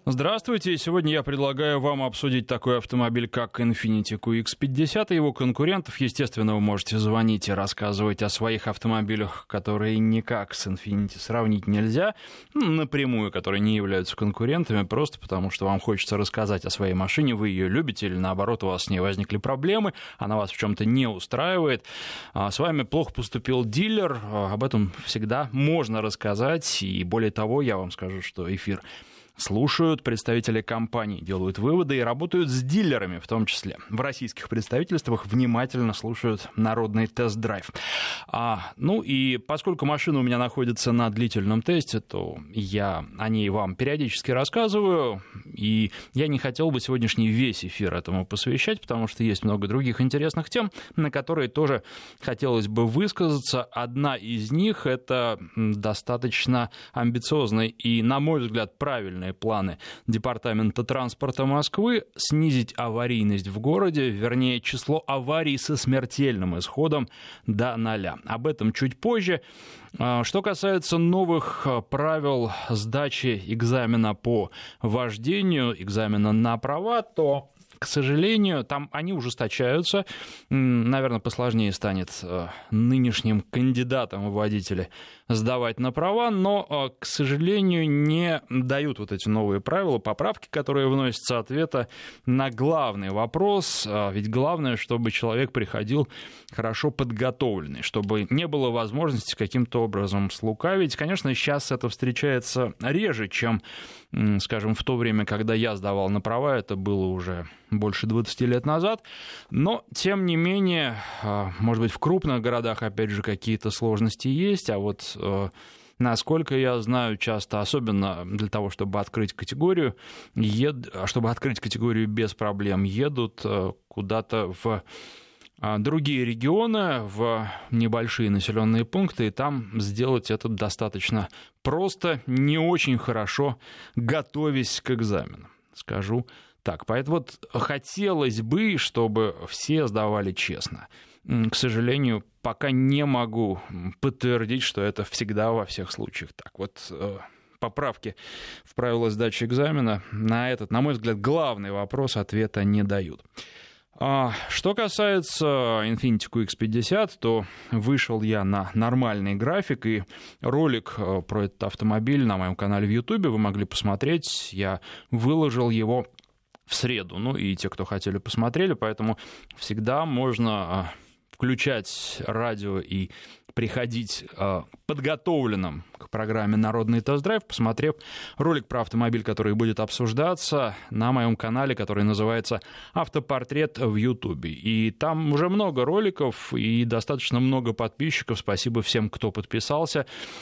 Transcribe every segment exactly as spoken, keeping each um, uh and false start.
Здравствуйте. Сегодня я предлагаю вам обсудить такой автомобиль, как Infiniti кью икс пятьдесят и его конкурентов. Естественно, вы можете звонить и рассказывать о своих автомобилях, которые никак с Infiniti сравнить нельзя, напрямую, которые не являются конкурентами, просто потому что вам хочется рассказать о своей машине, вы ее любите, или наоборот, у вас с ней возникли проблемы, она вас в чем-то не устраивает. С вами плохо поступил дилер, об этом всегда можно рассказать, и более того, я вам скажу, что эфир слушают представители компаний, делают выводы и работают с дилерами, в том числе. В российских представительствах внимательно слушают народный тест-драйв. А, ну и поскольку машина у меня находится на длительном тесте, то я о ней вам периодически рассказываю, и я не хотел бы сегодняшний весь эфир этому посвящать, потому что есть много других интересных тем, на которые тоже хотелось бы высказаться. Одна из них — это достаточно амбициозный и, на мой взгляд, правильный планы Департамента транспорта Москвы снизить аварийность в городе, вернее, число аварий со смертельным исходом до ноля. Об этом чуть позже. Что касается новых правил сдачи экзамена по вождению, экзамена на права, то, к сожалению, там они ужесточаются. Наверное, посложнее станет нынешним кандидатам в водители сдавать на права, но, к сожалению, не дают вот эти новые правила, поправки, которые вносятся, ответа на главный вопрос. Ведь главное, чтобы человек приходил хорошо подготовленный, чтобы не было возможности каким-то образом слукавить. Конечно, сейчас это встречается реже, чем, скажем, в то время, когда я сдавал на права, это было уже больше двадцати лет назад, но, тем не менее, может быть, в крупных городах, опять же, какие-то сложности есть, а вот, насколько я знаю, часто, особенно для того, чтобы открыть категорию, ед... чтобы открыть категорию без проблем, едут куда-то в другие регионы, в небольшие населенные пункты, и там сделать это достаточно просто, не очень хорошо готовясь к экзаменам, скажу так. Поэтому вот хотелось бы, чтобы все сдавали честно. К сожалению, пока не могу подтвердить, что это всегда во всех случаях так. Вот поправки в правила сдачи экзамена на этот, на мой взгляд, главный вопрос ответа не дают. Что касается Infiniti кью икс пятьдесят, то вышел я на нормальный график, и ролик про этот автомобиль на моем канале в Ютубе вы могли посмотреть. Я выложил его в среду, ну и те, кто хотели, посмотрели, поэтому всегда можно включать радио и приходить подготовленным к программе «Народный тест-драйв», посмотрев ролик про автомобиль, который будет обсуждаться на моем канале, который называется «Автопортрет» в Ютубе. И там уже много роликов и достаточно много подписчиков. Спасибо всем, кто подписался,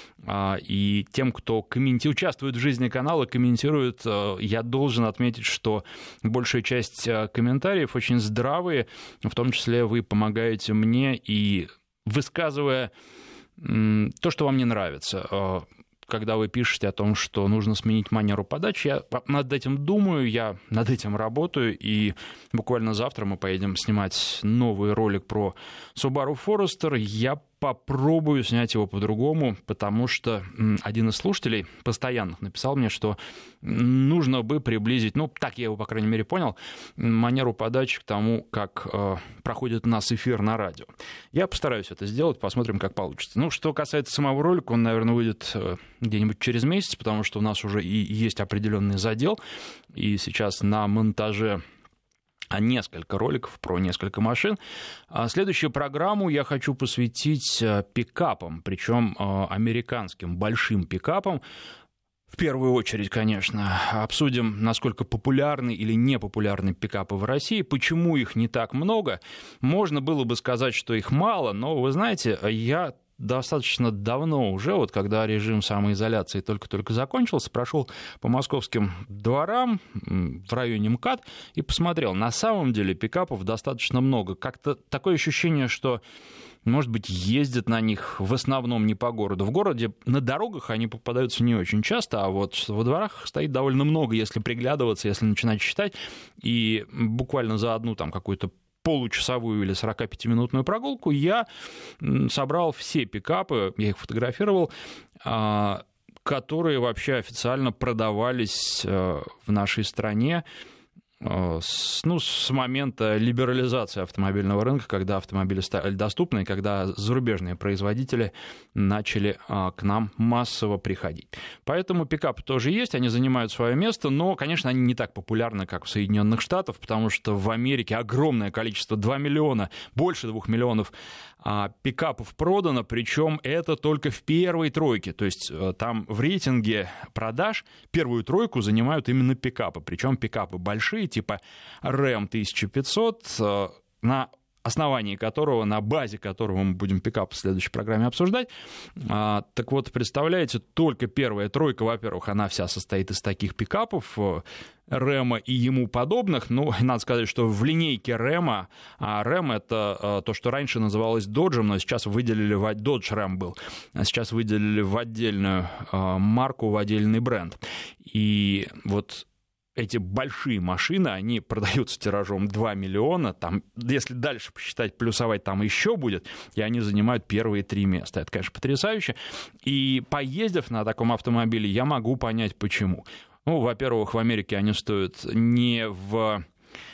и тем, кто комменти... участвует в жизни канала, комментирует. Я должен отметить, что большая часть комментариев очень здравые, в том числе вы помогаете мне и высказывая то, что вам не нравится. Когда вы пишете о том, что нужно сменить манеру подачи, я над этим думаю, я над этим работаю, и буквально завтра мы поедем снимать новый ролик про Subaru Forester. Я попробую снять его по-другому, потому что один из слушателей постоянно написал мне, что нужно бы приблизить, ну, так я его, по крайней мере, понял, манеру подачи к тому, как э, проходит у нас эфир на радио. Я постараюсь это сделать, посмотрим, как получится. Ну, что касается самого ролика, он, наверное, выйдет э, где-нибудь через месяц, потому что у нас уже и есть определенный задел, и сейчас на монтаже несколько роликов про несколько машин. Следующую программу я хочу посвятить пикапам, причем американским большим пикапам. В первую очередь, конечно, обсудим, насколько популярны или непопулярны пикапы в России, почему их не так много. Можно было бы сказать, что их мало, но, вы знаете, я достаточно давно уже, вот когда режим самоизоляции только-только закончился, прошел по московским дворам в районе МКАД и посмотрел. На самом деле пикапов достаточно много. Как-то такое ощущение, что, может быть, ездят на них в основном не по городу. В городе на дорогах они попадаются не очень часто, а вот во дворах стоит довольно много, если приглядываться, если начинать считать. И буквально за одну там какую-то получасовую или сорокапятиминутную прогулку я собрал все пикапы, я их фотографировал, которые вообще официально продавались в нашей стране С, ну, с момента либерализации автомобильного рынка, когда автомобили стали доступны, когда зарубежные производители начали а, к нам массово приходить. Поэтому пикапы тоже есть, они занимают свое место, но, конечно, они не так популярны, как в Соединенных Штатах, потому что в Америке огромное количество, два миллиона, больше двух миллионов а, пикапов продано, причем это только в первой тройке, то есть там в рейтинге продаж первую тройку занимают именно пикапы, причем пикапы большие, типа рэм тысяча пятьсот, на основании которого, на базе которого мы будем пикап в следующей программе обсуждать. Так вот, представляете, только первая тройка, во-первых, она вся состоит из таких пикапов, рэма и ему подобных. Ну, надо сказать, что в линейке рэма, а рэм — это то, что раньше называлось доджем, но сейчас выделили, в додж рэм был, а сейчас выделили в отдельную марку, в отдельный бренд. И вот эти большие машины, они продаются тиражом два миллиона, там, если дальше посчитать, плюсовать, там еще будет, и они занимают первые три места. Это, конечно, потрясающе. И поездив на таком автомобиле, я могу понять, почему. Ну, во-первых, в Америке они стоят не в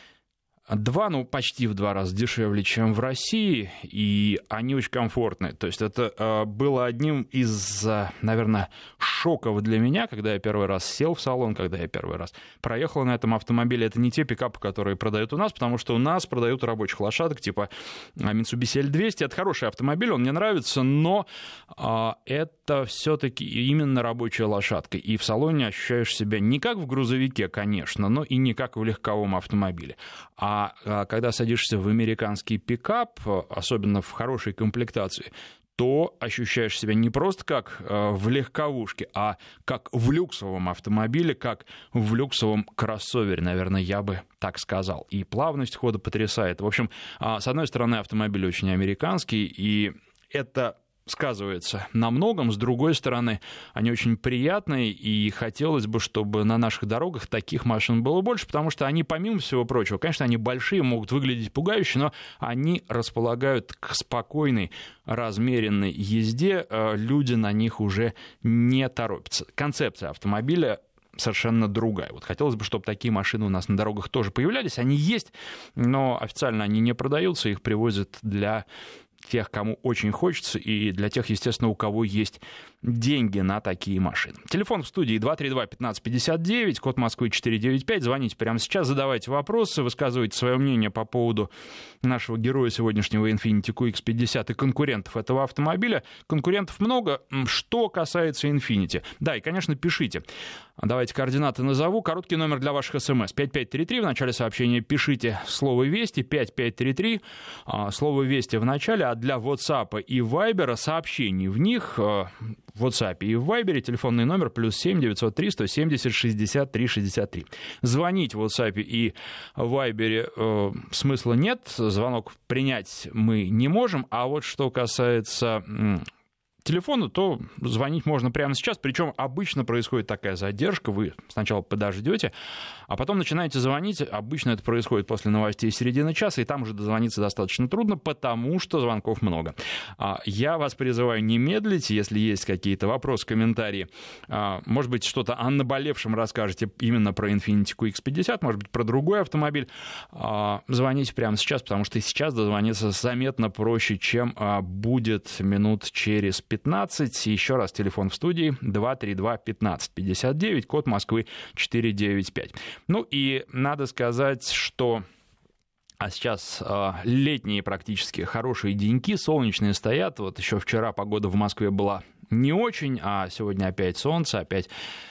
два, ну, почти в два раза дешевле, чем в России, и они очень комфортные. То есть это э, было одним из, э, наверное, шоков для меня, когда я первый раз сел в салон, когда я первый раз проехал на этом автомобиле. Это не те пикапы, которые продают у нас, потому что у нас продают рабочих лошадок, типа Mitsubishi эль двести. Это хороший автомобиль, он мне нравится, но э, это все-таки именно рабочая лошадка. И в салоне ощущаешь себя не как в грузовике, конечно, но и не как в легковом автомобиле. А А когда садишься в американский пикап, особенно в хорошей комплектации, то ощущаешь себя не просто как в легковушке, а как в люксовом автомобиле, как в люксовом кроссовере, наверное, я бы так сказал. И плавность хода потрясает. В общем, с одной стороны, автомобиль очень американский, и это сказывается на многом. С другой стороны, они очень приятные, и хотелось бы, чтобы на наших дорогах таких машин было больше, потому что они, помимо всего прочего, конечно, они большие, могут выглядеть пугающе, но они располагают к спокойной, размеренной езде. Люди на них уже не торопятся. Концепция автомобиля совершенно другая. Вот хотелось бы, чтобы такие машины у нас на дорогах тоже появлялись. Они есть, но официально они не продаются, их привозят для тех, кому очень хочется, и для тех, естественно, у кого есть деньги на такие машины. Телефон в студии два три два пятнадцать пятьдесят девять, код Москвы четыре девять пять. Звоните прямо сейчас, задавайте вопросы, высказывайте свое мнение по поводу нашего героя сегодняшнего Infiniti кью икс пятьдесят и конкурентов этого автомобиля. Конкурентов много. Что касается Infiniti. Да, и, конечно, пишите. Давайте координаты назову. Короткий номер для ваших смс. пять пять три три. В начале сообщения пишите слово «Вести». пять пять три три. Слово «Вести» в начале. А для WhatsApp и Viber сообщений в них... В WhatsApp и в Viber телефонный номер плюс семь девятьсот три сто семьдесят шестьдесят три шестьдесят три. Звонить в WhatsApp и в Viber э, смысла нет, звонок принять мы не можем, а вот что касается э, телефона, то звонить можно прямо сейчас, причем обычно происходит такая задержка, вы сначала подождете, а потом начинаете звонить, обычно это происходит после новостей середины часа, и там уже дозвониться достаточно трудно, потому что звонков много. Я вас призываю не медлить, если есть какие-то вопросы, комментарии, может быть, что-то о наболевшем расскажете именно про Infiniti кью икс пятьдесят, может быть, про другой автомобиль, звоните прямо сейчас, потому что сейчас дозвониться заметно проще, чем будет минут через пятнадцать. Еще раз телефон в студии два три два пятнадцать пятьдесят девять, код Москвы четыре девять пять. Ну и надо сказать, что а сейчас э, летние практически хорошие деньки, солнечные стоят. Вот еще вчера погода в Москве была не очень, а сегодня опять солнце, опять...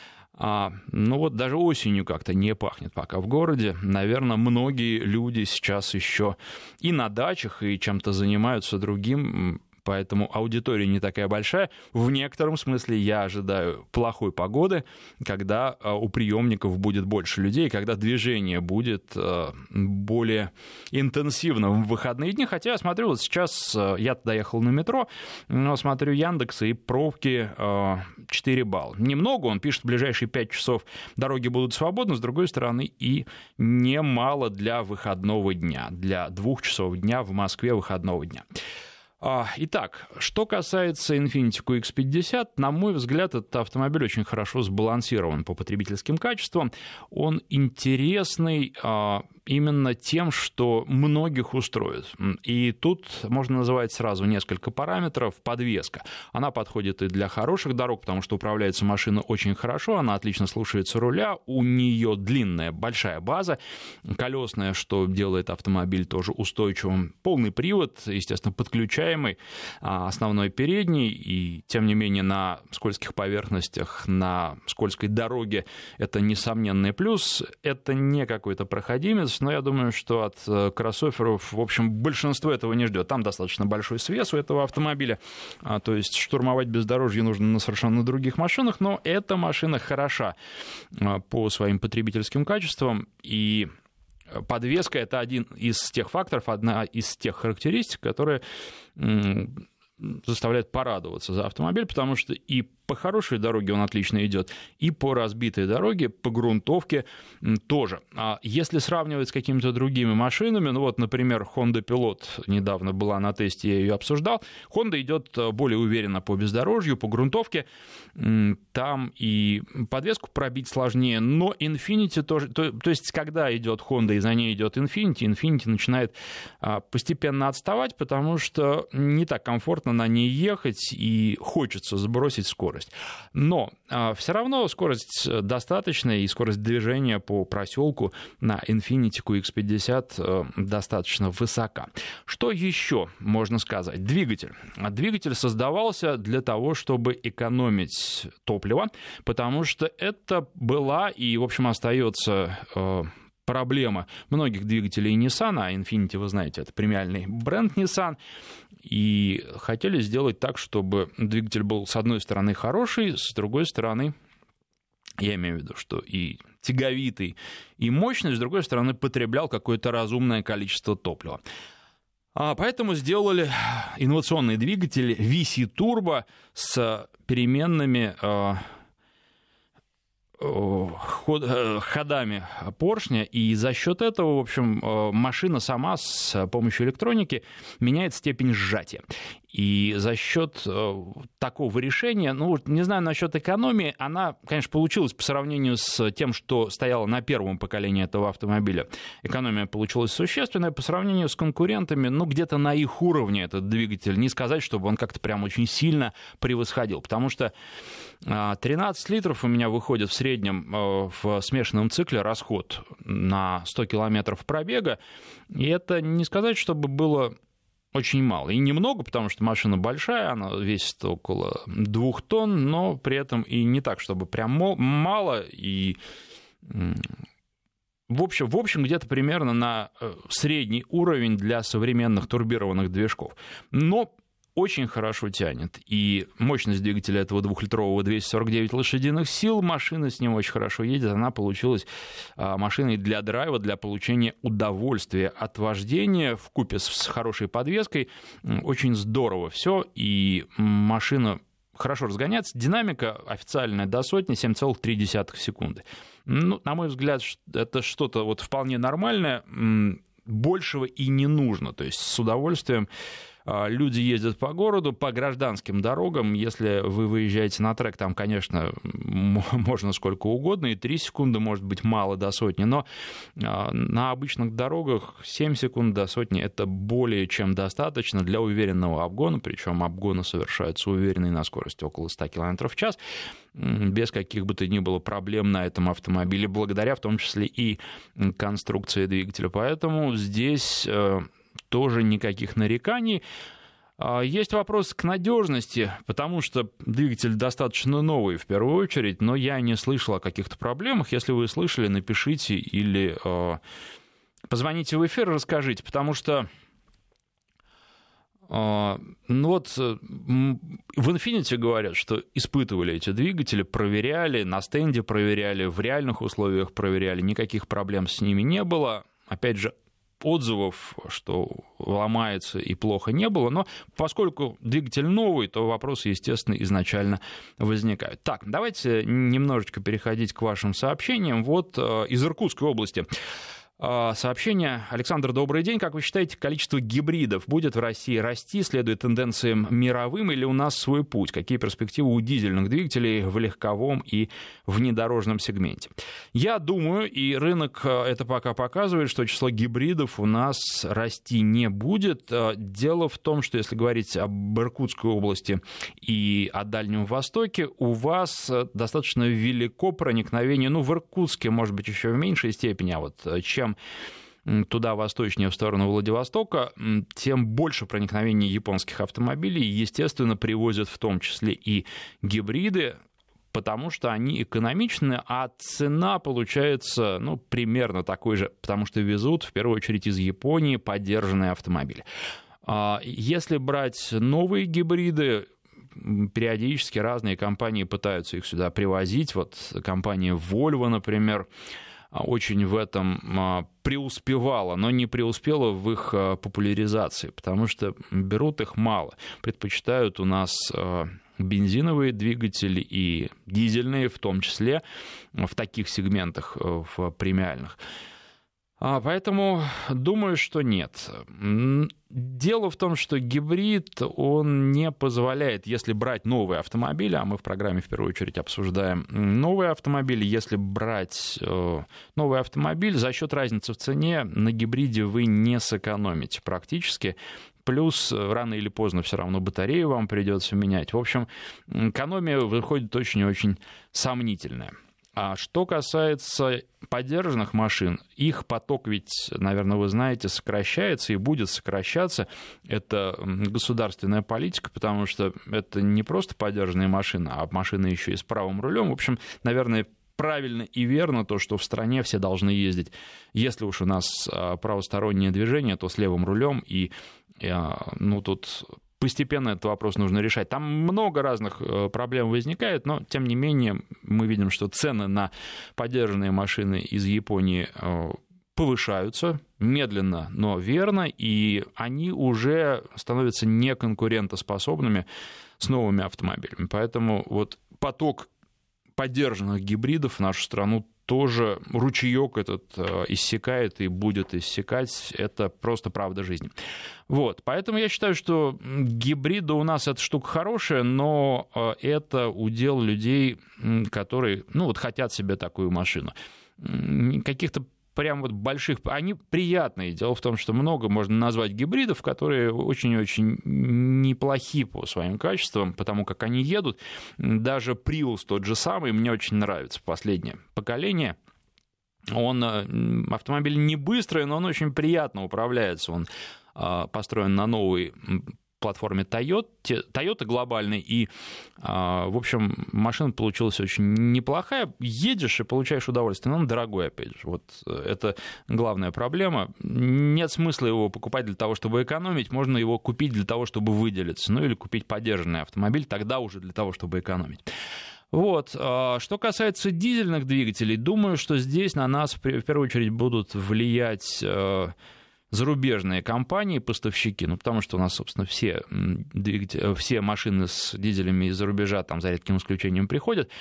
А, ну вот даже осенью как-то не пахнет пока в городе. Наверное, многие люди сейчас еще и на дачах, и чем-то занимаются другим, поэтому аудитория не такая большая. В некотором смысле я ожидаю плохой погоды, когда у приемников будет больше людей, когда движение будет более интенсивно в выходные дни. Хотя я смотрю, вот сейчас я доехал на метро, но смотрю Яндекс, и пробки четыре балла. Немного, он пишет, в ближайшие пять часов дороги будут свободны, с другой стороны, и немало для выходного дня, для двух часов дня в Москве выходного дня. Итак, что касается Infiniti кью икс пятьдесят, на мой взгляд, этот автомобиль очень хорошо сбалансирован по потребительским качествам. Он интересный именно тем, что многих устроит. И тут можно называть сразу несколько параметров. Подвеска. Она подходит и для хороших дорог, потому что управляется машина очень хорошо, она отлично слушается руля, у нее длинная, большая база, колесная, что делает автомобиль тоже устойчивым. Полный привод, естественно, подключаемый, основной передний, и тем не менее на скользких поверхностях, на скользкой дороге это несомненный плюс. Это не какой-то проходимец, но я думаю, что от кроссоверов, в общем, большинство этого не ждет. Там достаточно большой свес у этого автомобиля, то есть штурмовать бездорожье нужно на совершенно других машинах, но эта машина хороша по своим потребительским качествам, и подвеска — это один из тех факторов, одна из тех характеристик, которые заставляет порадоваться за автомобиль, потому что и по хорошей дороге он отлично идет, и по разбитой дороге, по грунтовке тоже. А если сравнивать с какими-то другими машинами, ну вот, например, Honda Pilot недавно была на тесте, я ее обсуждал, Honda идет более уверенно по бездорожью, по грунтовке, там и подвеску пробить сложнее, но Infiniti тоже, то, то есть когда идет Honda и за ней идет Infiniti, Infiniti начинает постепенно отставать, потому что не так комфортно на ней ехать и хочется сбросить скорость. Но а, все равно скорость достаточная, и скорость движения по проселку на Infiniti кью икс пятьдесят а, достаточно высока. Что еще можно сказать? Двигатель. Двигатель создавался для того, чтобы экономить топливо, потому что это была и, в общем, остается а, проблема многих двигателей Nissan, а Infiniti, вы знаете, это премиальный бренд Nissan, и хотели сделать так, чтобы двигатель был, с одной стороны, хороший, с другой стороны, я имею в виду, что и тяговитый, и мощный, с другой стороны, потреблял какое-то разумное количество топлива. Поэтому сделали инновационный двигатель ви си Turbo с переменными ходами поршня, и за счет этого, в общем, машина сама с помощью электроники меняет степень сжатия. И за счет такого решения, ну, не знаю насчет экономии, она, конечно, получилась по сравнению с тем, что стояло на первом поколении этого автомобиля. Экономия получилась существенная по сравнению с конкурентами, ну, где-то на их уровне этот двигатель. Не сказать, чтобы он как-то прям очень сильно превосходил, потому что тринадцать литров у меня выходит в среднем в смешанном цикле расход на сто километров пробега, и это не сказать, чтобы было очень мало. И немного, потому что машина большая, она весит около двух тонн, но при этом и не так, чтобы прям мало. И в общем, в общем где-то примерно на средний уровень для современных турбированных движков. Но очень хорошо тянет. И мощность двигателя этого двухлитрового двести сорок девять лошадиных сил, машина с ним очень хорошо едет, она получилась машиной для драйва, для получения удовольствия от вождения вкупе с хорошей подвеской. Очень здорово все, и машина хорошо разгоняется. Динамика официальная до сотни семь целых три десятых секунды. Ну, на мой взгляд, это что-то вот вполне нормальное, большего и не нужно. То есть с удовольствием люди ездят по городу, по гражданским дорогам. Если вы выезжаете на трек, там, конечно, можно сколько угодно, и три секунды может быть мало до сотни, но на обычных дорогах семь секунд до сотни — это более чем достаточно для уверенного обгона, причем обгоны совершаются уверенные на скорости около ста километров в час, без каких бы то ни было проблем на этом автомобиле, благодаря в том числе и конструкции двигателя. Поэтому здесь тоже никаких нареканий. Есть вопрос к надежности, потому что двигатель достаточно новый в первую очередь, но я не слышал о каких-то проблемах. Если вы слышали, напишите или позвоните в эфир, расскажите, потому что ну вот в Infiniti говорят, что испытывали эти двигатели, проверяли, на стенде проверяли, в реальных условиях проверяли, никаких проблем с ними не было. Опять же, отзывов, что ломается и плохо, не было, но поскольку двигатель новый, то вопросы, естественно, изначально возникают. Так, давайте немножечко переходить к вашим сообщениям. Вот из Иркутской области Сообщение. Александр, добрый день. Как вы считаете, количество гибридов будет в России расти, следуя тенденциям мировым, или у нас свой путь? Какие перспективы у дизельных двигателей в легковом и внедорожном сегменте? Я думаю, и рынок это пока показывает, что число гибридов у нас расти не будет. Дело в том, что если говорить об Иркутской области и о Дальнем Востоке, у вас достаточно велико проникновение, ну, в Иркутске, может быть, еще в меньшей степени, а вот чем туда восточнее, в сторону Владивостока, тем больше проникновения японских автомобилей, естественно, привозят в том числе и гибриды, потому что они экономичны, а цена получается, ну, примерно такой же, потому что везут, в первую очередь, из Японии подержанные автомобили. Если брать новые гибриды, периодически разные компании пытаются их сюда привозить. Вот компания Volvo, например, очень в этом преуспевала, но не преуспела в их популяризации, потому что берут их мало. Предпочитают у нас бензиновые двигатели и дизельные, в том числе в таких сегментах, в премиальных. Поэтому думаю, что нет. Дело в том, что гибрид, он не позволяет, если брать новые автомобили, а мы в программе в первую очередь обсуждаем новые автомобили, если брать новый автомобиль, за счет разницы в цене на гибриде вы не сэкономите практически. Плюс рано или поздно все равно батарею вам придется менять. В общем, экономия выходит очень-очень сомнительная. А что касается подержанных машин, их поток ведь, наверное, вы знаете, сокращается и будет сокращаться. Это государственная политика, потому что это не просто подержанные машины, а машины еще и с правым рулем. В общем, наверное, правильно и верно то, что в стране все должны ездить. Если уж у нас правостороннее движение, то с левым рулем. И, ну, тут постепенно этот вопрос нужно решать. Там много разных проблем возникает, но, тем не менее, мы видим, что цены на подержанные машины из Японии повышаются медленно, но верно, и они уже становятся неконкурентоспособными с новыми автомобилями. Поэтому вот поток подержанных гибридов в нашу страну тоже, ручеек этот иссякает и будет иссякать. Это просто правда жизни. Вот. Поэтому я считаю, что гибриды у нас это штука хорошая, но это удел людей, которые, ну, вот хотят себе такую машину. Каких-то прям вот больших... Они приятные. Дело в том, что много можно назвать гибридов, которые очень-очень неплохи по своим качествам, потому как они едут. Даже Prius тот же самый мне очень нравится, последнее поколение. Он автомобиль не быстрый, но он очень приятно управляется. Он построен на новой платформе Toyota, Toyota глобальной, и, в общем, машина получилась очень неплохая. Едешь и получаешь удовольствие, но он дорогой, опять же. Вот это главная проблема. Нет смысла его покупать для того, чтобы экономить, можно его купить для того, чтобы выделиться, ну или купить подержанный автомобиль, тогда уже для того, чтобы экономить. Вот. Что касается дизельных двигателей, думаю, что здесь на нас в первую очередь будут влиять зарубежные компании, поставщики, ну, потому что у нас, собственно, все, двигатели, все машины с дизелями из-за рубежа, там, за редким исключением, приходят.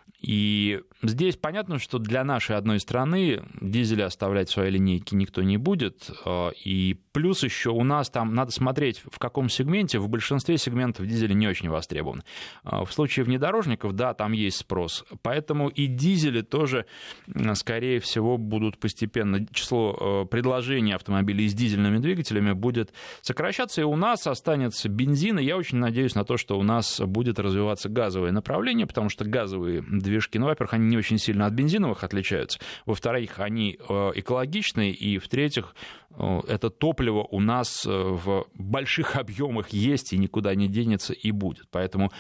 И здесь понятно, что для нашей одной страны дизели оставлять в своей линейке никто не будет. И плюс еще у нас там надо смотреть, в каком сегменте. В большинстве сегментов дизели не очень востребованы. В случае внедорожников, да, там есть спрос. Поэтому и дизели тоже, скорее всего, будут постепенно... Число предложений автомобилей с дизельными двигателями будет сокращаться. И у нас останется бензин. И я очень надеюсь на то, что у нас будет развиваться газовое направление, потому что газовые движки, ну, во-первых, они не очень сильно от бензиновых отличаются, во-вторых, они экологичные, и, в-третьих, это топливо у нас в больших объемах есть и никуда не денется и будет. Поэтому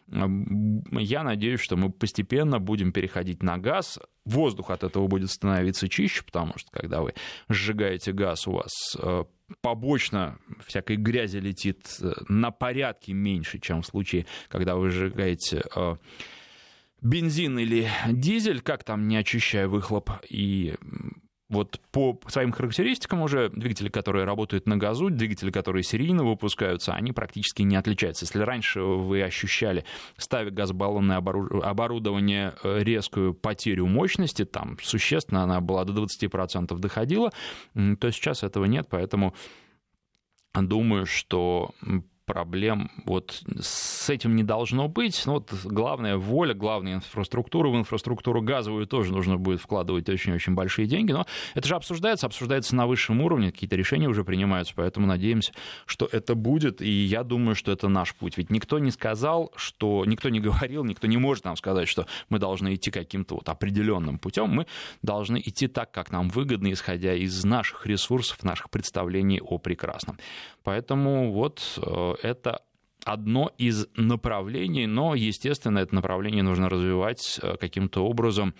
я надеюсь, что мы постепенно будем переходить на газ. Воздух от этого будет становиться чище, потому что, когда вы сжигаете газ, у вас побочно всякой грязи летит на порядке меньше, чем в случае, когда вы сжигаете бензин или дизель, как там, не очищая выхлоп. И вот по своим характеристикам уже двигатели, которые работают на газу, двигатели, которые серийно выпускаются, они практически не отличаются. Если раньше вы ощущали, ставя газобаллонное оборудование, резкую потерю мощности, там существенно она была до двадцати процентов доходила, то сейчас этого нет, поэтому думаю, что проблем вот с этим не должно быть. Но вот главная воля, главная инфраструктура. В инфраструктуру газовую тоже нужно будет вкладывать очень-очень большие деньги. Но это же обсуждается, обсуждается на высшем уровне. Какие-то решения уже принимаются. Поэтому надеемся, что это будет. И я думаю, что это наш путь. Ведь никто не сказал, что... Никто не говорил, никто не может нам сказать, что мы должны идти каким-то вот определенным путем. Мы должны идти так, как нам выгодно, исходя из наших ресурсов, наших представлений о прекрасном. Поэтому вот это одно из направлений, но, естественно, это направление нужно развивать каким-то образом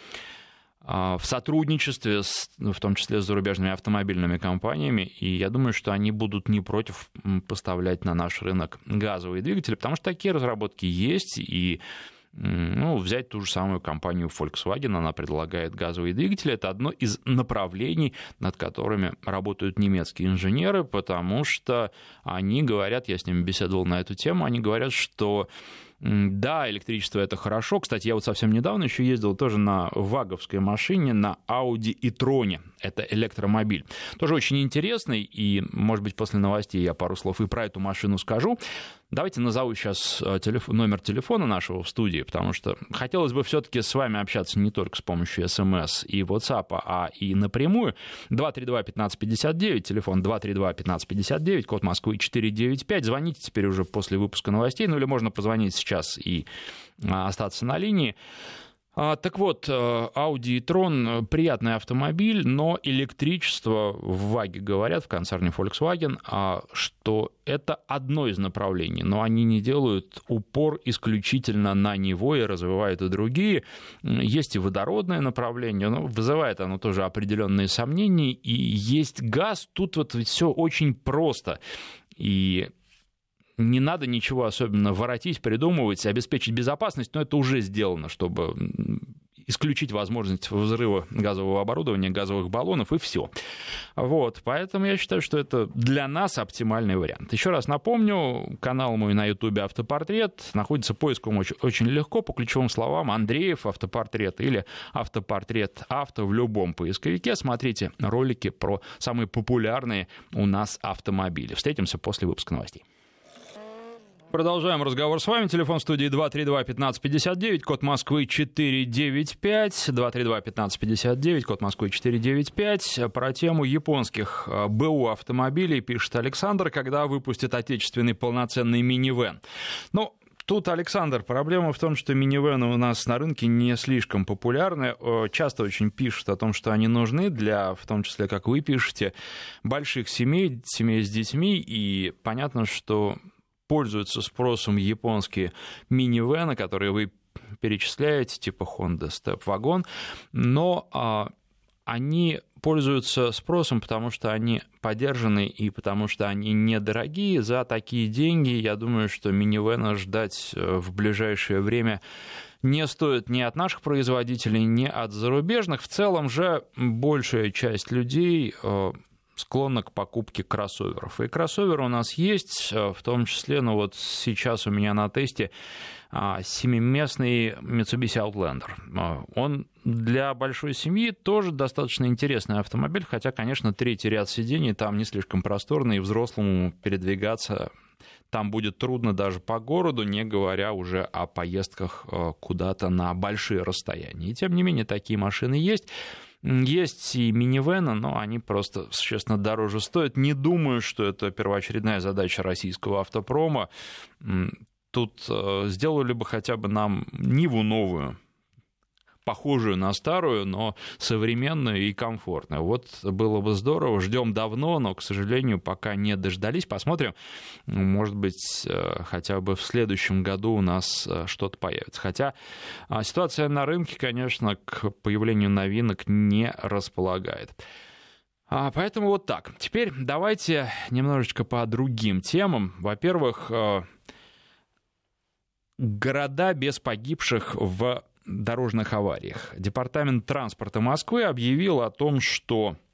в сотрудничестве, с, в том числе с зарубежными автомобильными компаниями, и я думаю, что они будут не против поставлять на наш рынок газовые двигатели, потому что такие разработки есть, и ну, взять ту же самую компанию Volkswagen, она предлагает газовые двигатели. Это одно из направлений, над которыми работают немецкие инженеры, потому что они говорят, я с ними беседовал на эту тему, они говорят, что да, электричество — это хорошо. Кстати, я вот совсем недавно еще ездил тоже на ваговской машине, на Audi e-tron. Это электромобиль. Тоже очень интересный, и, может быть, после новостей я пару слов и про эту машину скажу. Давайте назову сейчас телефон, номер телефона нашего в студии, потому что хотелось бы все-таки с вами общаться не только с помощью СМС и WhatsApp, а и напрямую. два три два пятнадцать пятьдесят девять, телефон два три два пятнадцать пятьдесят девять, код Москвы четыре девять пять. Звоните теперь уже после выпуска новостей, ну или можно позвонить сейчас и остаться на линии. Так вот, Audi e-tron — приятный автомобиль, но электричество, в ВАГе говорят, в концерне Volkswagen, что это одно из направлений, но они не делают упор исключительно на него и развивают и другие. Есть и водородное направление, но вызывает оно тоже определенные сомнения, и есть газ. Тут вот все очень просто, и не надо ничего особенно воротить, придумывать, обеспечить безопасность, но это уже сделано, чтобы исключить возможность взрыва газового оборудования, газовых баллонов, и все. Вот, поэтому я считаю, что это для нас оптимальный вариант. Еще раз напомню, канал мой на Ютубе «Автопортрет», находится поиском очень, очень легко по ключевым словам: Андреев «Автопортрет» или «Автопортрет авто» в любом поисковике. Смотрите ролики про самые популярные у нас автомобили. Встретимся после выпуска новостей. Продолжаем разговор с вами. Телефон студии два три два пятнадцать пятьдесят девять, код Москвы четыре девять пять, два три два пятнадцать пятьдесят девять, код Москвы четыре девять пять. Про тему японских БУ автомобилей пишет Александр: когда выпустят отечественный полноценный минивэн. Ну, тут, Александр, проблема в том, что минивэны у нас на рынке не слишком популярны. Часто очень пишут о том, что они нужны для, в том числе, как вы пишете, больших семей, семей с детьми, и понятно, что пользуются спросом японские минивэны, которые вы перечисляете, типа Honda Step Wagon, но а, они пользуются спросом, потому что они подержаны и потому что они недорогие. За такие деньги, я думаю, что минивэна ждать в ближайшее время не стоит ни от наших производителей, ни от зарубежных. В целом же большая часть людей склонна к покупке кроссоверов. И кроссоверы у нас есть, в том числе, ну вот сейчас у меня на тесте семиместный Mitsubishi Outlander. Он для большой семьи тоже достаточно интересный автомобиль, хотя, конечно, третий ряд сидений там не слишком просторный, и взрослому передвигаться там будет трудно даже по городу, не говоря уже о поездках куда-то на большие расстояния. И тем не менее, такие машины есть. Есть и минивэны, но они просто существенно дороже стоят. Не думаю, что это первоочередная задача российского автопрома. Тут сделали бы хотя бы нам Ниву новую, похожую на старую, но современную и комфортную. Вот было бы здорово, ждем давно, но, к сожалению, пока не дождались. Посмотрим, может быть, хотя бы в следующем году у нас что-то появится. Хотя ситуация на рынке, конечно, к появлению новинок не располагает. Поэтому вот так. Теперь давайте немножечко по другим темам. Во-первых, города без погибших в дорожных авариях. Департамент транспорта Москвы объявил о том, что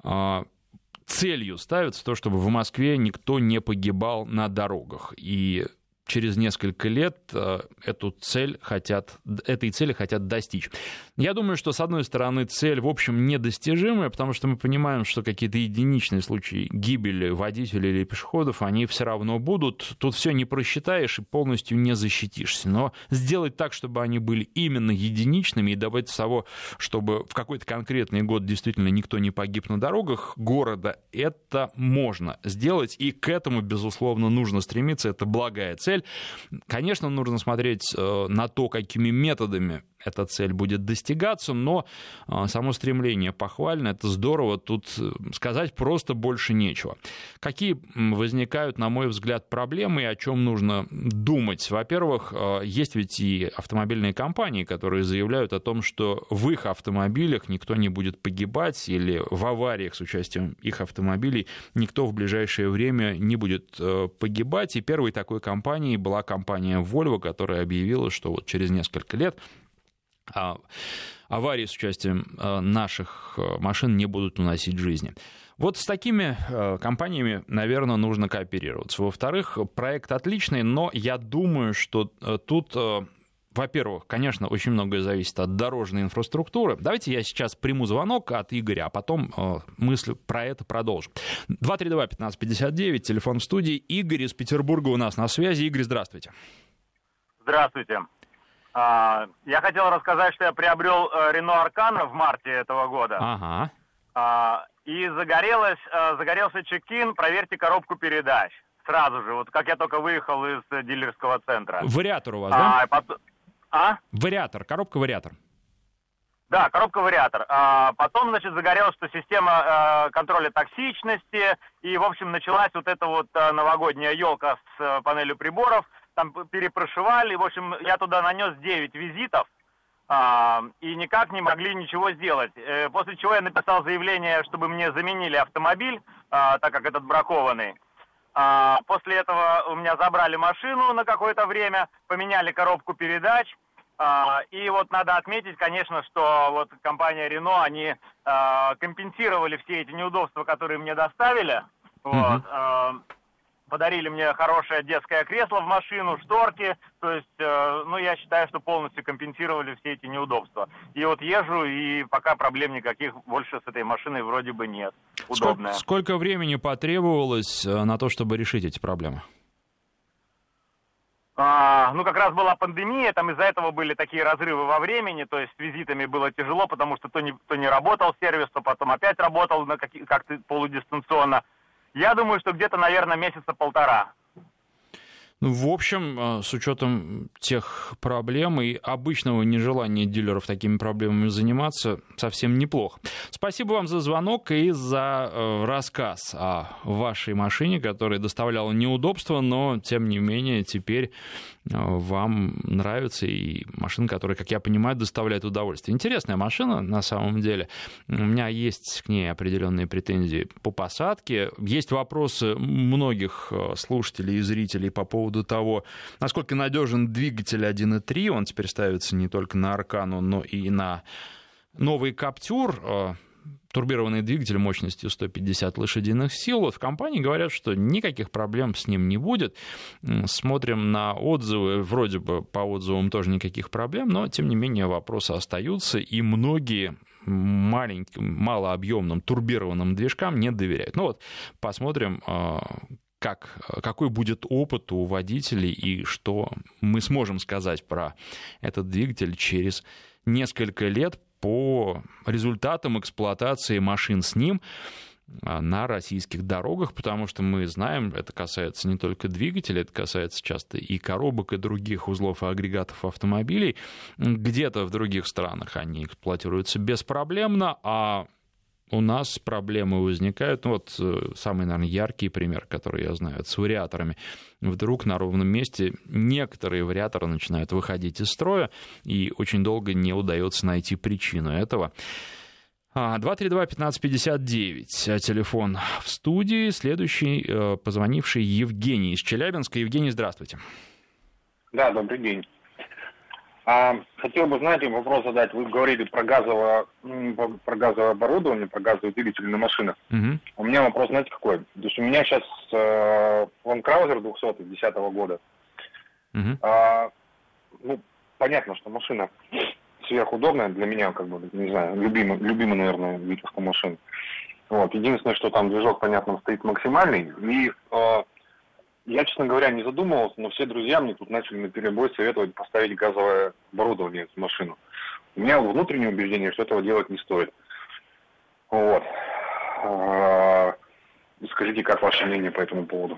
целью ставится то, чтобы в Москве никто не погибал на дорогах. И через несколько лет эту цель хотят, этой цели хотят достичь. Я думаю, что, с одной стороны, цель, в общем, недостижимая, потому что мы понимаем, что какие-то единичные случаи гибели водителей или пешеходов, они все равно будут. Тут все не просчитаешь и полностью не защитишься. Но сделать так, чтобы они были именно единичными, и добавить того, чтобы в какой-то конкретный год действительно никто не погиб на дорогах города, это можно сделать. И к этому, безусловно, нужно стремиться. Это благая цель. Конечно, нужно смотреть на то, какими методами эта цель будет достигаться, но само стремление похвально, это здорово, тут сказать просто больше нечего. Какие возникают, на мой взгляд, проблемы и о чем нужно думать? Во-первых, есть ведь и автомобильные компании, которые заявляют о том, что в их автомобилях никто не будет погибать, или в авариях с участием их автомобилей никто в ближайшее время не будет погибать. И первой такой компанией была компания Volvo, которая объявила, что вот через несколько лет аварии с участием наших машин не будут уносить жизни. Вот с такими компаниями, наверное, нужно кооперироваться. Во-вторых, проект отличный, но я думаю, что тут, во-первых, конечно, очень многое зависит от дорожной инфраструктуры. Давайте я сейчас приму звонок от Игоря, а потом мысль про это продолжим. два три два пятнадцать пятьдесят девять, телефон в студии. Игорь из Петербурга у нас на связи. Игорь, здравствуйте. Здравствуйте. Я хотел рассказать, что я приобрел Renault Arcana в марте этого года. Ага. И загорелось, загорелся чек-ин, проверьте коробку передач. Сразу же, вот как я только выехал из дилерского центра. Вариатор у вас, да? А? Потом... а? Вариатор, коробка-вариатор. Да, коробка-вариатор. А потом, значит, загорелось, что система контроля токсичности, и, в общем, началась вот эта вот новогодняя елка с панелью приборов. Там перепрошивали, в общем, я туда нанес девять визитов, а, и никак не могли ничего сделать. Э, после чего я написал заявление, чтобы мне заменили автомобиль, а, так как этот бракованный. А, после этого у меня забрали машину на какое-то время, поменяли коробку передач. А, и вот надо отметить, конечно, что вот компания Renault, они а, компенсировали все эти неудобства, которые мне доставили. Вот. Mm-hmm. А, подарили мне хорошее детское кресло в машину, шторки, то есть, э, ну, я считаю, что полностью компенсировали все эти неудобства. И вот езжу, и пока проблем никаких больше с этой машиной вроде бы нет. Удобная. Сколько, сколько времени потребовалось на то, чтобы решить эти проблемы? А, ну, как раз была пандемия, там из-за этого были такие разрывы во времени, то есть с визитами было тяжело, потому что то не, то не работал сервис, то потом опять работал на как- как-то полудистанционно. Я думаю, что где-то, наверное, месяца полтора. Ну, в общем, с учетом тех проблем и обычного нежелания дилеров такими проблемами заниматься, совсем неплохо. Спасибо вам за звонок и за э, рассказ о вашей машине, которая доставляла неудобства, но, тем не менее, теперь э, вам нравится и машина, которая, как я понимаю, доставляет удовольствие. Интересная машина, на самом деле. У меня есть к ней определенные претензии по посадке. Есть вопросы многих слушателей и зрителей по поводу поводу того, насколько надежен двигатель один и три. Он теперь ставится не только на Аркану, но и на новый Каптюр. Турбированный двигатель мощностью сто пятьдесят лошадиных сил. Вот в компании говорят, что никаких проблем с ним не будет. Смотрим на отзывы, вроде бы по отзывам тоже никаких проблем, но тем не менее вопросы остаются, и многие маленьким, малообъемным турбированным движкам не доверяют. Ну вот, посмотрим, как, какой будет опыт у водителей и что мы сможем сказать про этот двигатель через несколько лет по результатам эксплуатации машин с ним на российских дорогах, потому что мы знаем, это касается не только двигателя, это касается часто и коробок, и других узлов и агрегатов автомобилей. Где-то в других странах они эксплуатируются беспроблемно, а у нас проблемы возникают. Ну, вот самый, наверное, яркий пример, который я знаю, это с вариаторами. Вдруг на ровном месте некоторые вариаторы начинают выходить из строя, и очень долго не удается найти причину этого. два три два пятнадцать пятьдесят девять, телефон в студии. Следующий позвонивший Евгений из Челябинска. Евгений, здравствуйте. Да, добрый день. А, хотел бы, знаете, вопрос задать. Вы говорили про газовое, про газовое оборудование, про газовые двигатели на машинах. Угу. У меня вопрос, знаете, какой? То есть у меня сейчас э, Land Cruiser двухсотый две тысячи десятого года. Угу. А, ну, понятно, что машина сверхудобная для меня, как бы, не знаю, любимый, любимый, наверное, вид автомашин. Вот. Единственное, что там движок, понятно, стоит максимальный. И э, я, честно говоря, не задумывался, но все друзья мне тут начали наперебой советовать поставить газовое оборудование в машину. У меня внутреннее убеждение, что этого делать не стоит. Вот. Скажите, как ваше мнение по этому поводу?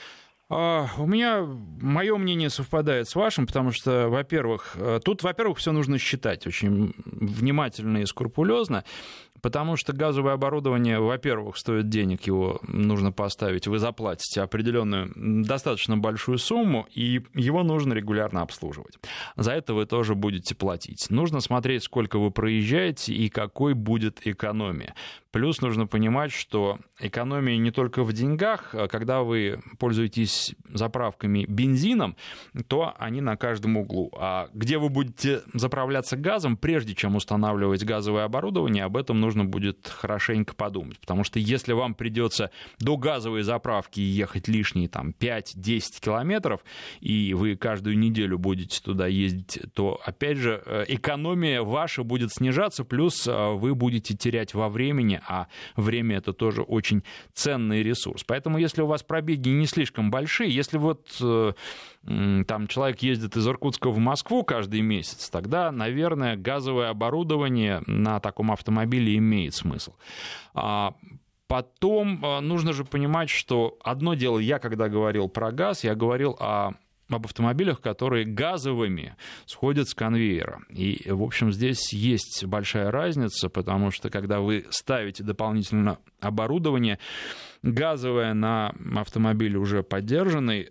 У меня мое мнение совпадает с вашим, потому что, во-первых, тут, во-первых, все нужно считать очень внимательно и скрупулезно, потому что газовое оборудование, во-первых, стоит денег, его нужно поставить, вы заплатите определенную достаточно большую сумму, и его нужно регулярно обслуживать. За это вы тоже будете платить. Нужно смотреть, сколько вы проезжаете и какой будет экономия. Плюс нужно понимать, что экономия не только в деньгах. Когда вы пользуетесь заправками бензином, то они на каждом углу. А где вы будете заправляться газом, прежде чем устанавливать газовое оборудование, об этом нужно будет хорошенько подумать. Потому что если вам придется до газовой заправки ехать лишние там, пять-десять километров, и вы каждую неделю будете туда ездить, то, опять же, экономия ваша будет снижаться, плюс вы будете терять во времени, а время — это тоже очень ценный ресурс. Поэтому, если у вас пробеги не слишком большие, если вот э, там человек ездит из Иркутска в Москву каждый месяц, тогда, наверное, газовое оборудование на таком автомобиле имеет смысл. А потом нужно же понимать, что одно дело, я когда говорил про газ, я говорил о об автомобилях, которые газовыми сходят с конвейера. И, в общем, здесь есть большая разница, потому что, когда вы ставите дополнительно оборудование газовое на автомобиль уже поддержанный,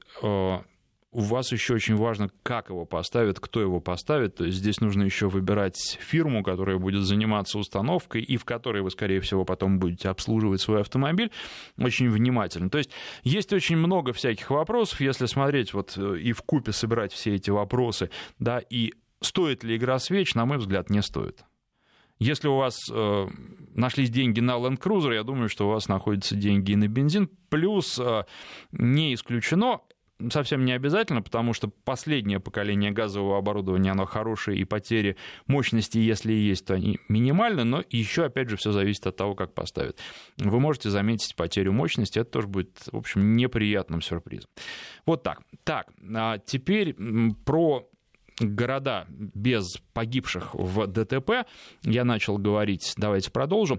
у вас еще очень важно, как его поставят, кто его поставит. То есть здесь нужно еще выбирать фирму, которая будет заниматься установкой и в которой вы, скорее всего, потом будете обслуживать свой автомобиль очень внимательно. То есть есть очень много всяких вопросов, если смотреть вот и вкупе собирать все эти вопросы, да, и стоит ли игра свеч, на мой взгляд, не стоит. Если у вас э, нашлись деньги на Land Cruiser, я думаю, что у вас находятся деньги и на бензин. Плюс э, не исключено, совсем не обязательно, потому что последнее поколение газового оборудования, оно хорошее, и потери мощности, если и есть, то они минимальны, но еще, опять же, все зависит от того, как поставят. Вы можете заметить потерю мощности, это тоже будет, в общем, неприятным сюрпризом. Вот так. Так, а теперь про города без погибших в ДТП я начал говорить, давайте продолжим.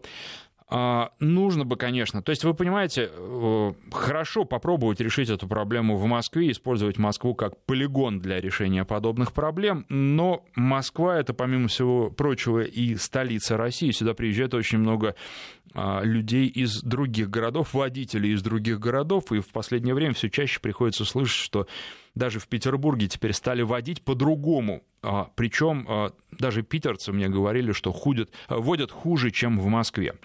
Нужно бы, конечно, то есть вы понимаете, хорошо попробовать решить эту проблему в Москве, использовать Москву как полигон для решения подобных проблем, но Москва — это, помимо всего прочего, и столица России, сюда приезжает очень много людей из других городов, водителей из других городов, и в последнее время все чаще приходится слышать, что даже в Петербурге теперь стали водить по-другому. Причем даже питерцы мне говорили, что ходят, водят хуже, чем в Москве.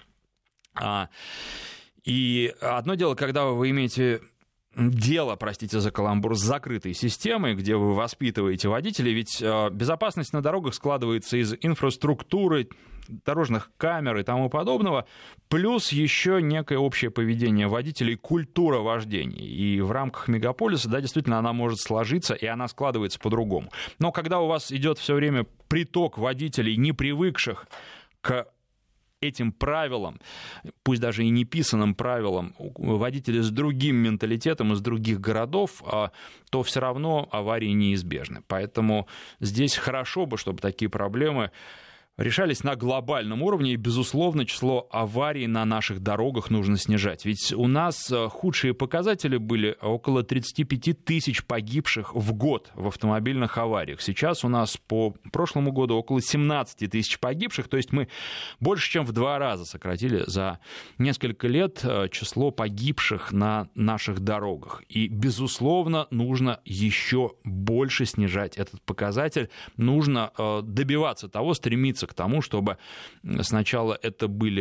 И одно дело, когда вы имеете дело, простите за каламбур, с закрытой системой, где вы воспитываете водителей, ведь безопасность на дорогах складывается из инфраструктуры, дорожных камер и тому подобного, плюс еще некое общее поведение водителей, культура вождения. И в рамках мегаполиса, да, действительно, она может сложиться, и она складывается по-другому. Но когда у вас идет все время приток водителей, не привыкших к этим правилам, пусть даже и неписанным правилам, водители с другим менталитетом из других городов, то все равно аварии неизбежны. Поэтому здесь хорошо бы, чтобы такие проблемы решались на глобальном уровне, и, безусловно, число аварий на наших дорогах нужно снижать. Ведь у нас худшие показатели были около тридцать пять тысяч погибших в год в автомобильных авариях. Сейчас у нас по прошлому году около семнадцать тысяч погибших, то есть мы больше, чем в два раза сократили за несколько лет число погибших на наших дорогах. И, безусловно, нужно еще больше снижать этот показатель. Нужно добиваться того, стремиться к тому, чтобы сначала это были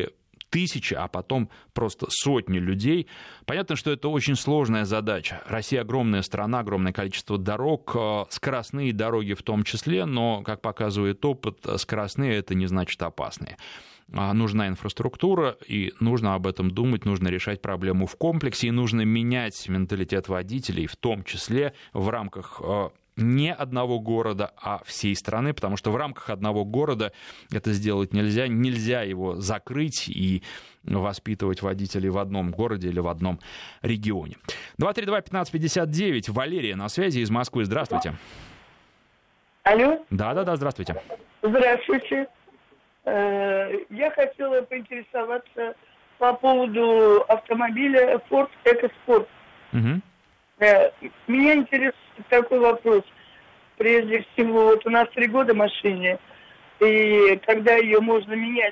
тысячи, а потом просто сотни людей. Понятно, что это очень сложная задача. Россия огромная страна, огромное количество дорог, скоростные дороги в том числе, но, как показывает опыт, скоростные — это не значит опасные. Нужна инфраструктура, и нужно об этом думать, нужно решать проблему в комплексе, и нужно менять менталитет водителей, в том числе в рамках не одного города, а всей страны, потому что в рамках одного города это сделать нельзя. Нельзя его закрыть и воспитывать водителей в одном городе или в одном регионе. два три два пятнадцать пятьдесят девять. Валерия на связи из Москвы. Здравствуйте. Алло. Да-да-да, здравствуйте. Здравствуйте. Я хотела поинтересоваться по поводу автомобиля Ford EcoSport. Угу. Меня интересует такой вопрос. Прежде всего, вот у нас три года машине, и когда ее можно менять?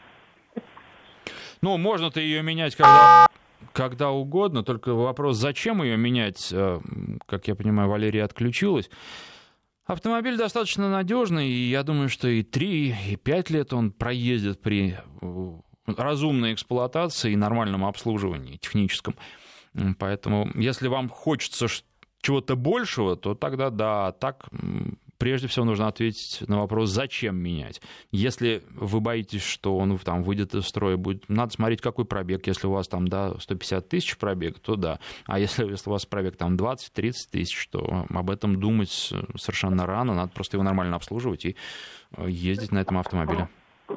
Ну, можно-то ее менять когда, когда угодно, только вопрос, зачем ее менять, как я понимаю, Валерия отключилась. Автомобиль достаточно надежный, и я думаю, что и три, и пять лет он проездит при разумной эксплуатации и нормальном обслуживании техническом. Поэтому, если вам хочется чего-то большего, то тогда да, так прежде всего нужно ответить на вопрос, зачем менять. Если вы боитесь, что он там выйдет из строя, будет, надо смотреть, какой пробег. Если у вас там да, сто пятьдесят тысяч пробег, то да. А если, если у вас пробег там двадцать-тридцать тысяч, то об этом думать совершенно рано. Надо просто его нормально обслуживать и ездить на этом автомобиле.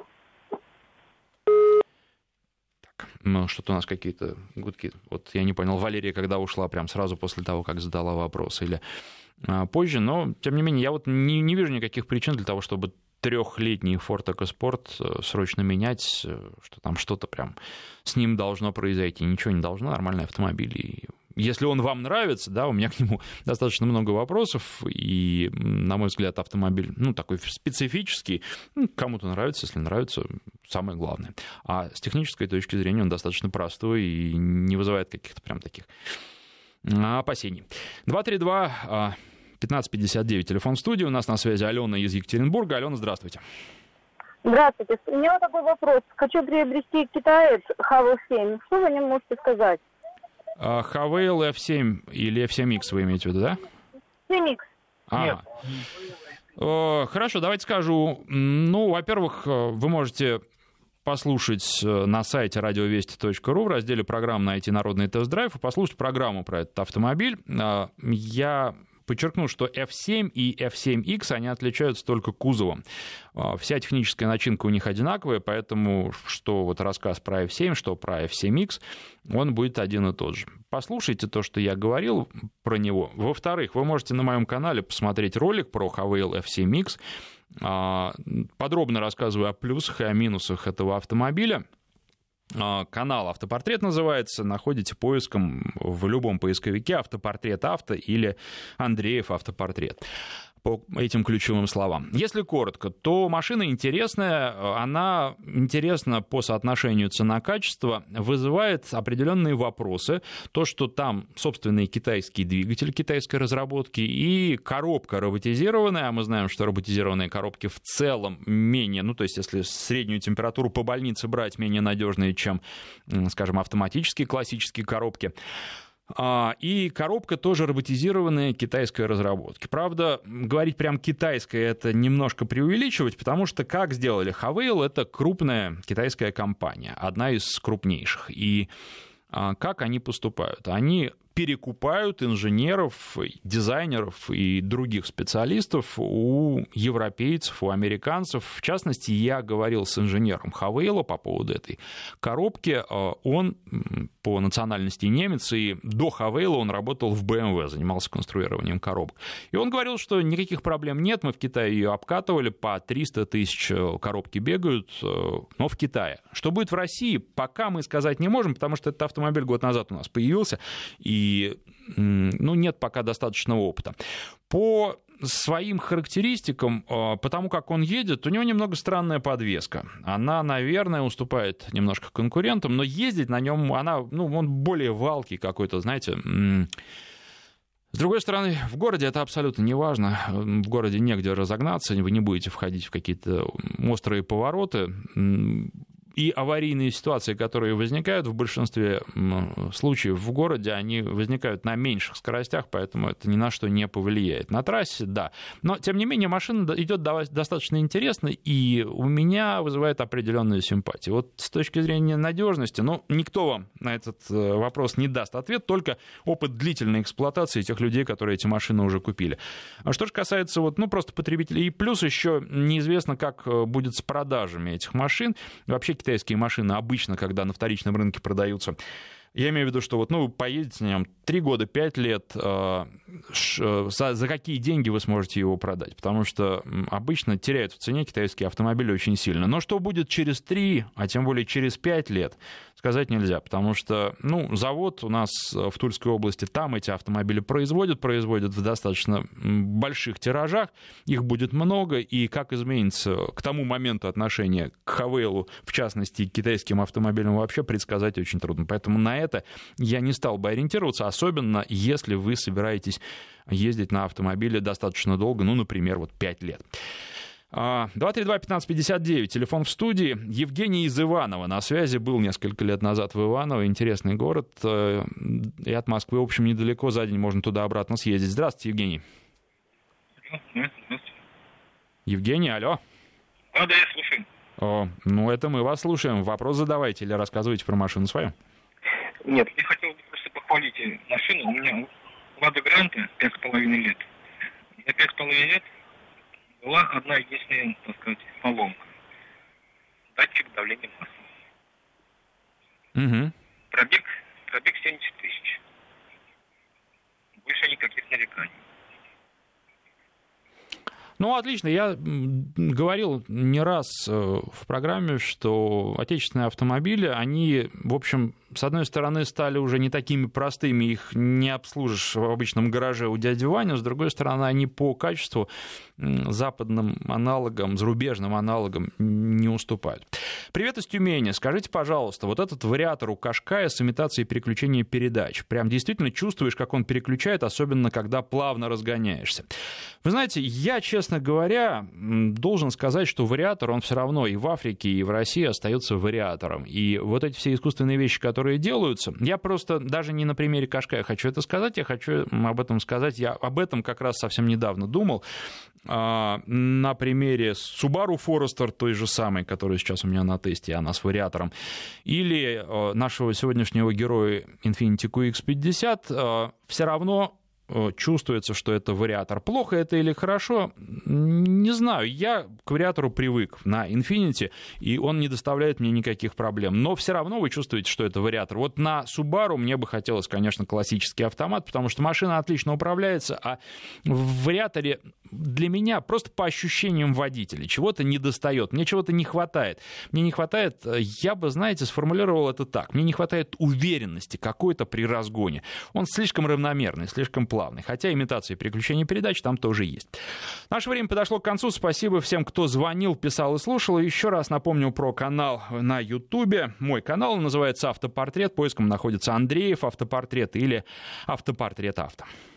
Что-то у нас какие-то гудки. Вот я не понял, Валерия, когда ушла, прям сразу после того, как задала вопрос, или а, позже, но, тем не менее, я вот не, не вижу никаких причин для того, чтобы трехлетний Ford EcoSport срочно менять, что там что-то прям с ним должно произойти. Ничего не должно, нормальный автомобиль. И если он вам нравится, да, у меня к нему достаточно много вопросов, и, на мой взгляд, автомобиль, ну, такой специфический, ну, кому-то нравится, если нравится, самое главное. А с технической точки зрения он достаточно простой и не вызывает каких-то прям таких опасений. два три два пятнадцать пятьдесят девять, телефон в студии, у нас на связи Алена из Екатеринбурга. Алена, здравствуйте. Здравствуйте. У меня вот такой вопрос. Хочу приобрести китаец Хавейл семь. Что вы о нем можете сказать? Хавейл эф семь или эф семь икс вы имеете в виду, да? семь икс. А. Нет. Хорошо, давайте скажу. Ну, во-первых, вы можете послушать на сайте радиовести точка ру в разделе программ «Найти народный тест-драйв» и послушать программу про этот автомобиль. Я подчеркну, что эф семь и эф семь икс, они отличаются только кузовом. Вся техническая начинка у них одинаковая, поэтому что вот рассказ про эф семь, что про эф семь икс, он будет один и тот же. Послушайте то, что я говорил про него. Во-вторых, вы можете на моем канале посмотреть ролик про Хавейл эф семь икс. Подробно рассказываю о плюсах и о минусах этого автомобиля. Канал «Автопортрет» называется. Находите поиском в любом поисковике «Автопортрет авто» или «Андреев автопортрет» по этим ключевым словам. Если коротко, то машина интересная, она интересна по соотношению цена-качество, вызывает определенные вопросы. То, что там собственный китайский двигатель китайской разработки и коробка роботизированная, а мы знаем, что роботизированные коробки в целом менее, ну то есть если среднюю температуру по больнице брать, менее надежные, чем, скажем, автоматические классические коробки. И коробка тоже роботизированная китайской разработки. Правда, говорить прям китайская — это немножко преувеличивать, потому что как сделали Хавейл, это крупная китайская компания, одна из крупнейших. И как они поступают? Они перекупают инженеров, дизайнеров и других специалистов у европейцев, у американцев. В частности, я говорил с инженером Хавейла по поводу этой коробки. Он по национальности немец, и до Хавейла он работал в бэ эм вэ, занимался конструированием коробок. И он говорил, что никаких проблем нет, мы в Китае ее обкатывали, по триста тысяч коробки бегают, но в Китае. Что будет в России, пока мы сказать не можем, потому что этот автомобиль год назад у нас появился, и И ну, нет пока достаточного опыта. По своим характеристикам, по тому, как он едет, у него немного странная подвеска. Она, наверное, уступает немножко конкурентам, но ездить на нем, она, ну, он более валкий какой-то, знаете. С другой стороны, в городе это абсолютно не важно. В городе негде разогнаться, вы не будете входить в какие-то острые повороты. и аварийные ситуации, которые возникают в большинстве случаев в городе, они возникают на меньших скоростях, поэтому это ни на что не повлияет. На трассе, да. Но, тем не менее, машина идет достаточно интересно, и у меня вызывает определенную симпатию. Вот с точки зрения надежности, ну, никто вам на этот вопрос не даст ответ, только опыт длительной эксплуатации тех людей, которые эти машины уже купили. А что же касается вот, ну, просто потребителей, и плюс еще неизвестно, как будет с продажами этих машин. Вообще китайские машины обычно, когда на вторичном рынке продаются, я имею в виду, что вот, ну, вы поедете на нем три года, пять лет, э, ш, за, за какие деньги вы сможете его продать? Потому что обычно теряют в цене китайские автомобили очень сильно. Но что будет через три, а тем более через пять лет, сказать нельзя. Потому что, ну, завод у нас в Тульской области, там эти автомобили производят, производят в достаточно больших тиражах, их будет много, и как изменится к тому моменту отношение к Хавейлу, в частности, к китайским автомобилям, вообще предсказать очень трудно. Поэтому на это я не стал бы ориентироваться, особенно если вы собираетесь ездить на автомобиле достаточно долго, ну, например, вот пять лет. два три два пятнадцать пятьдесят девять, телефон в студии. Евгений из Иваново на связи, был несколько лет назад в Иваново, интересный город, и от Москвы, в общем, недалеко, за день можно туда-обратно съездить. Здравствуйте, Евгений. Здравствуйте. Евгений, алло. А, да, я слушаю. О, ну, это мы вас слушаем. Вопрос задавайте или рассказывайте про машину свою. Нет, я хотел просто похвалить машину. У меня Лада Гранта пять с половиной лет. За пять с половиной лет была одна единственная, так сказать, поломка. Датчик давления масла. Угу. Пробег, пробег семьдесят тысяч. Больше никаких нареканий. Ну, отлично. Я говорил не раз в программе, что отечественные автомобили, они, в общем, с одной стороны, стали уже не такими простыми, их не обслужишь в обычном гараже у дяди Вани, с другой стороны, они по качеству западным аналогам, зарубежным аналогам не уступают. Привет из Тюмени. Скажите, пожалуйста, вот этот вариатор у Кашкая с имитацией переключения передач, прям действительно чувствуешь, как он переключает, особенно когда плавно разгоняешься. Вы знаете, я, честно говоря, должен сказать, что вариатор, он все равно и в Африке, и в России остается вариатором. И вот эти все искусственные вещи, которые делаются, я просто даже не на примере Кашкая хочу это сказать, я хочу об этом сказать, я об этом как раз совсем недавно думал, на примере Subaru Forester, той же самой, которая сейчас у меня на тесте, она с вариатором, или нашего сегодняшнего героя Infiniti кью икс пятьдесят, все равно чувствуется, что это вариатор. Плохо это или хорошо, не знаю. Я к вариатору привык на Infiniti, и он не доставляет мне никаких проблем. Но все равно вы чувствуете, что это вариатор. Вот на Subaru мне бы хотелось, конечно, классический автомат, потому что машина отлично управляется, а в вариаторе для меня просто по ощущениям водителя чего-то недостает, мне чего-то не хватает. Мне не хватает, я бы, знаете, сформулировал это так, мне не хватает уверенности какой-то при разгоне. Он слишком равномерный, слишком плавный, хотя имитация переключения передач там тоже есть. Наше время подошло к концу. Спасибо всем, кто звонил, писал и слушал. Еще раз напомню про канал на Ютубе. Мой канал называется «Автопортрет». Поиском находится Андреев «Автопортрет» или «Автопортрет Авто».